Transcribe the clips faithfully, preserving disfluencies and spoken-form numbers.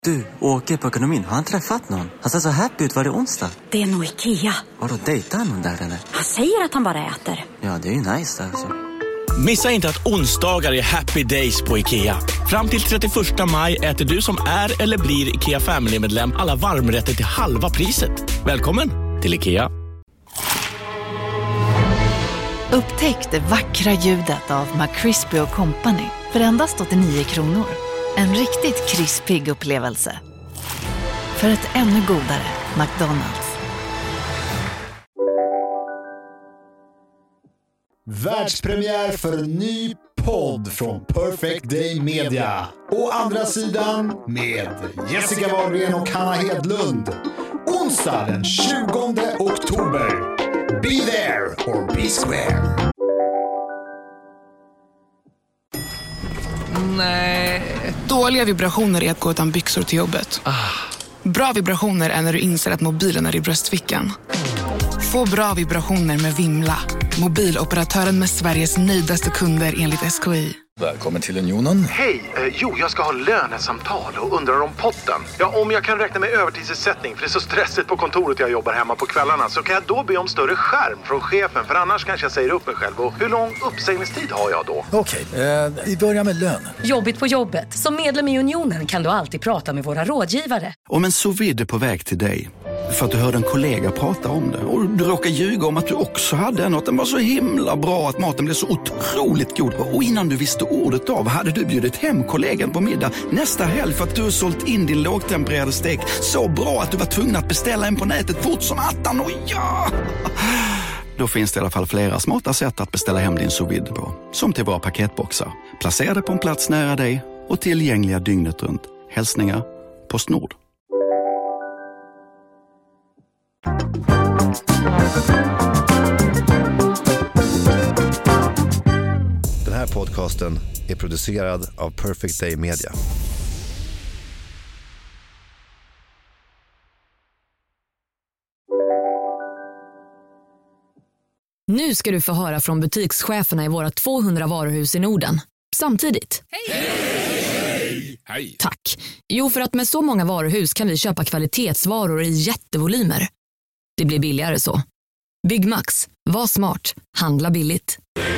Du, åker på ekonomin. Har han träffat någon? Han ser så happy ut. Var det onsdag? Det är nog Ikea. Har du dejtat någon där eller? Han säger att han bara äter. Ja, det är ju nice alltså. Missa inte att onsdagar är happy days på Ikea. Fram till trettioförsta maj äter du som är eller blir Ikea Family-medlem alla varmrätter till halva priset. Välkommen till Ikea. Upptäck det vackra ljudet av McCrispy och Company för endast åttionio kronor. En riktigt krispig upplevelse. För ett ännu godare McDonald's. Världspremiär för en ny podd från Perfect Day Media. Å andra sidan med Jessica Wahlgren och Hanna Hedlund. Onsdag den tjugonde oktober. Be there or be square. Nej. Dåliga vibrationer är att gå utan byxor till jobbet. Ah. Bra vibrationer är när du inser att mobilen är i bröstfickan. Få bra vibrationer med Vimla. Mobiloperatören med Sveriges nöjdaste kunder enligt S K I. Välkommen till Unionen. Hej, eh, jo jag ska ha lönesamtal och undrar om potten. Ja, om jag kan räkna med övertidsersättning för det är så stressigt på kontoret jag jobbar hemma på kvällarna. Så kan jag då be om större skärm från chefen för annars kanske jag säger upp mig själv. Och hur lång uppsägningstid har jag då? Okej, eh, vi börjar med lön. Jobbigt på jobbet. Som medlem i Unionen kan du alltid prata med våra rådgivare. Om en sous vide är på väg till dig för att du hörde en kollega prata om det och du råkar ljuga om att du också hade en och att den var så himla bra att maten blev så otroligt god. Och innan du visste ordet av hade du bjudit hem kollegan på middag nästa helg för att du har sålt in din lågtempererade stek så bra att du var tvungen att beställa en på nätet fort som attan. Och ja! Då finns det i alla fall flera smarta sätt att beställa hem din sous vide på. Som till våra paketboxar. Placerade på en plats nära dig och tillgängliga dygnet runt. Hälsningar PostNord. Den här podcasten är producerad av Perfect Day Media. Nu ska du få höra från butikscheferna i våra tvåhundra varuhus i Norden. Samtidigt. Hej! Hej! Hej! Tack. Jo, för att med så många varuhus kan vi köpa kvalitetsvaror i jättevolymer. Det blir billigare så. Byggmax. Var smart. Handla billigt.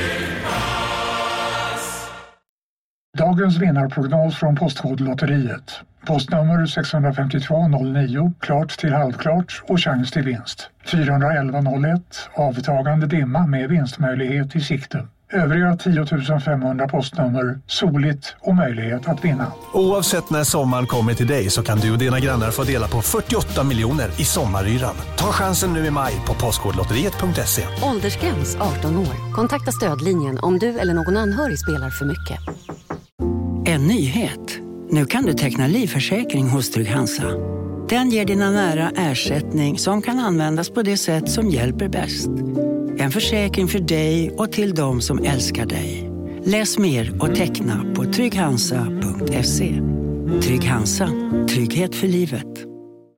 Dagens vinnarprognos från Postkodlotteriet. Postnummer sex fem två noll nio, klart till halvklart och chans till vinst. fyra ett ett noll ett, avtagande dimma med vinstmöjlighet i sikte. Övriga tio tusen femhundra postnummer, soligt och möjlighet att vinna. Oavsett när sommaren kommer till dig så kan du och dina grannar få dela på fyrtioåtta miljoner i sommaryran. Ta chansen nu i maj på postkodlotteriet punkt se. Åldersgräns arton år. Kontakta stödlinjen om du eller någon anhörig spelar för mycket. En nyhet. Nu kan du teckna livförsäkring hos Trygg-Hansa. Den ger dina nära ersättning som kan användas på det sätt som hjälper bäst. En försäkring för dig och till de som älskar dig. Läs mer och teckna på trygg hansa punkt se. Trygg-Hansa. Trygghet för livet.